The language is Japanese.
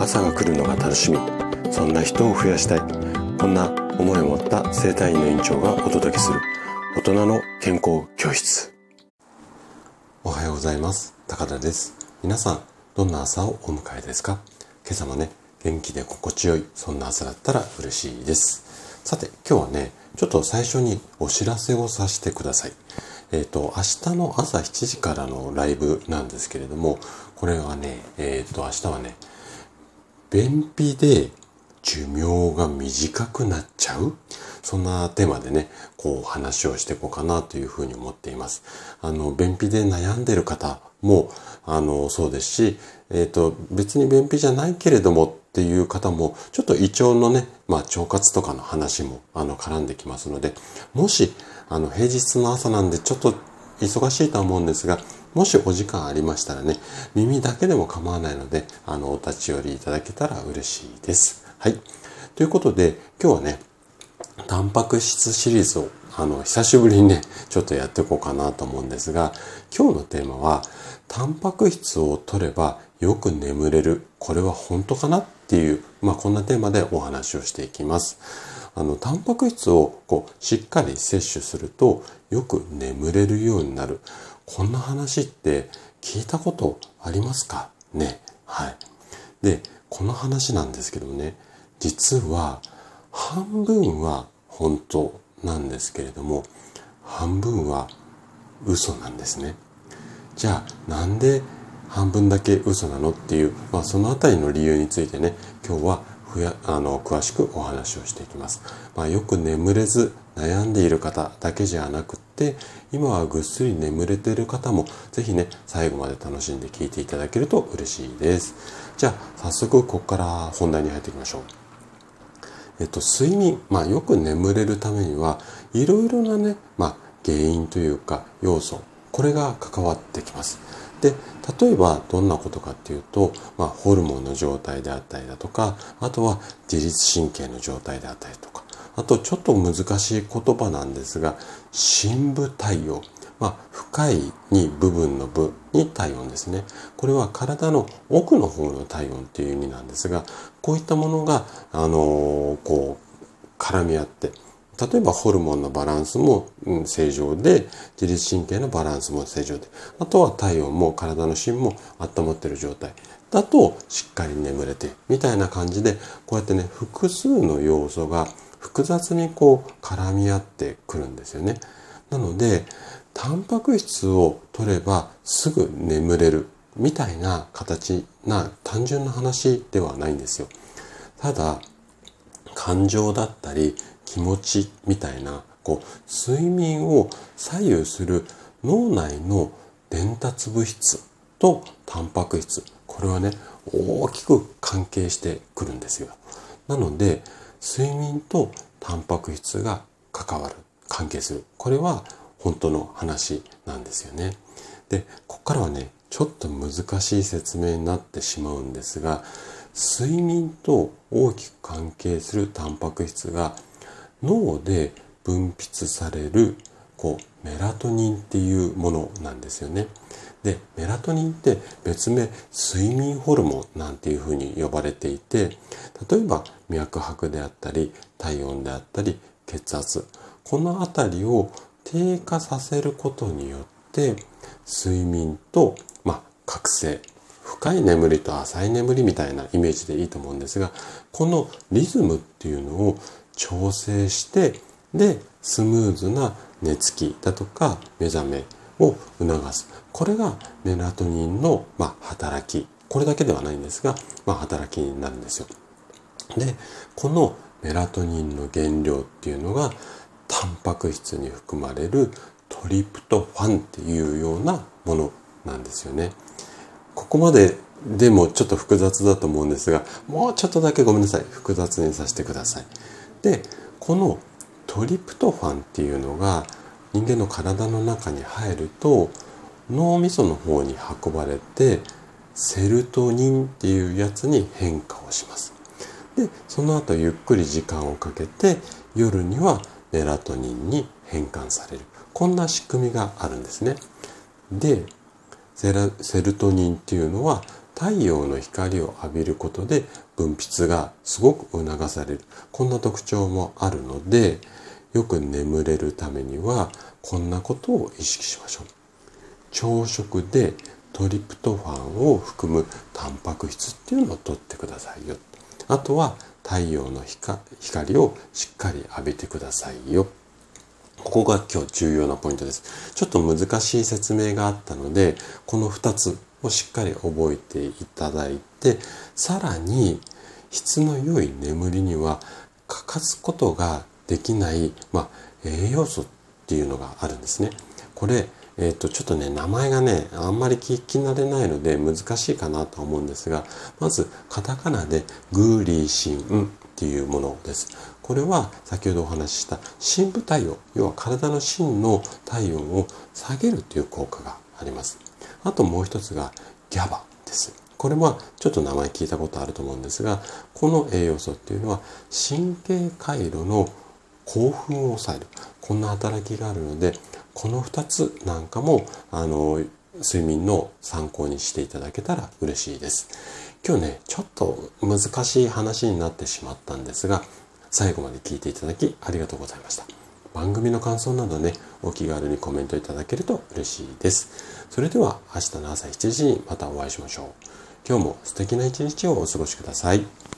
朝が来るのが楽しみ、そんな人を増やしたい、こんな思いを持った整体院の院長がお届けする大人の健康教室。おはようございます。高田です。皆さんどんな朝をお迎えですか？今朝もね、元気で心地よい、そんな朝だったら嬉しいです。さて、今日はね、ちょっと最初にお知らせをさせてください。明日の朝7時からのライブなんですけれども、これはね、明日はね、便秘で寿命が短くなっちゃう、そんなテーマでね、話をしていこうかなというふうに思っています。便秘で悩んでいる方も、そうですし、別に便秘じゃないけれどもっていう方も、ちょっと胃腸のね、腸活とかの話も、絡んできますので、もし、平日の朝なんでちょっと忙しいとは思うんですが、もしお時間ありましたらね、耳だけでも構わないので、お立ち寄りいただけたら嬉しいです。はい。ということで、今日はね、タンパク質シリーズを、久しぶりにね、ちょっとやっていこうかなと思うんですが、今日のテーマは、タンパク質を取ればよく眠れる。これは本当かなっていう、こんなテーマでお話をしていきます。タンパク質をしっかり摂取するとよく眠れるようになる。こんな話って聞いたことありますかね？はい。で、この話なんですけどもね、実は半分は本当なんですけれども、半分は嘘なんですね。じゃあなんで半分だけ嘘なのっていう、そのあたりの理由についてね、今日は詳しくお話をしていきます。よく眠れず悩んでいる方だけじゃなくって、今はぐっすり眠れている方もぜひね、最後まで楽しんで聞いていただけると嬉しいです。じゃあ早速ここから本題に入っていきましょう。睡眠、よく眠れるためにはいろいろなね、原因というか要素、これが関わってきます。で、例えばどんなことかっていうと、ホルモンの状態であったりだとか、あとは自律神経の状態であったりとか、あとちょっと難しい言葉なんですが、深部体温、深いに部分の部に体温ですね。これは体の奥の方の体温っていう意味なんですが、こういったものが絡み合って、例えばホルモンのバランスも正常で、自律神経のバランスも正常で、あとは体温も体の芯も温まっている状態だとしっかり眠れてみたいな感じで、こうやってね、複数の要素が複雑に絡み合ってくるんですよね。なのでタンパク質を取ればすぐ眠れるみたいな形な単純な話ではないんですよ。ただ感情だったり気持ちみたいな睡眠を左右する脳内の伝達物質とタンパク質、これはね、大きく関係してくるんですよ。なので睡眠とタンパク質が関わる、関係する、これは本当の話なんですよね。で、ここからはね、ちょっと難しい説明になってしまうんですが、睡眠と大きく関係するタンパク質が脳で分泌されるメラトニンっていうものなんですよね。で、メラトニンって別名睡眠ホルモンなんていうふうに呼ばれていて、例えば脈拍であったり体温であったり血圧、このあたりを低下させることによって睡眠と覚醒、深い眠りと浅い眠りみたいなイメージでいいと思うんですが、このリズムっていうのを調整して、でスムーズな寝つきだとか目覚めを促す、これがメラトニンの働き、これだけではないんですが、働きになるんですよ。で、このメラトニンの原料っていうのがタンパク質に含まれるトリプトファンっていうようなものなんですよね。ここまででもちょっと複雑だと思うんですが、もうちょっとだけごめんなさい、複雑にさせてください。で、このトリプトファンっていうのが人間の体の中に入ると脳みその方に運ばれてセロトニンっていうやつに変化をします。で、その後ゆっくり時間をかけて夜にはメラトニンに変換される、こんな仕組みがあるんですね。で、セロトニンっていうのは太陽の光を浴びることで分泌がすごく促される。こんな特徴もあるので、よく眠れるためにはこんなことを意識しましょう。朝食でトリプトファンを含むタンパク質っていうのを摂ってくださいよ。あとは太陽の光をしっかり浴びてくださいよ。ここが今日重要なポイントです。ちょっと難しい説明があったので、この2つをしっかり覚えていただいて、さらに質の良い眠りには欠かすことができない、栄養素っていうのがあるんですね。これ、ちょっとね、名前がね、あんまり聞き慣れないので難しいかなと思うんですが、まずカタカナでグリシンっていうものです。これは先ほどお話しした深部体温、要は体の芯の体温を下げるという効果があります。あともう一つがGABAです。これはちょっと名前聞いたことあると思うんですが、この栄養素っていうのは神経回路の興奮を抑える、こんな働きがあるので、この2つなんかも睡眠の参考にしていただけたら嬉しいです。今日ね、ちょっと難しい話になってしまったんですが、最後まで聞いていただきありがとうございました。番組の感想などね、お気軽にコメントいただけると嬉しいです。それでは明日の朝7時にまたお会いしましょう。今日も素敵な一日をお過ごしください。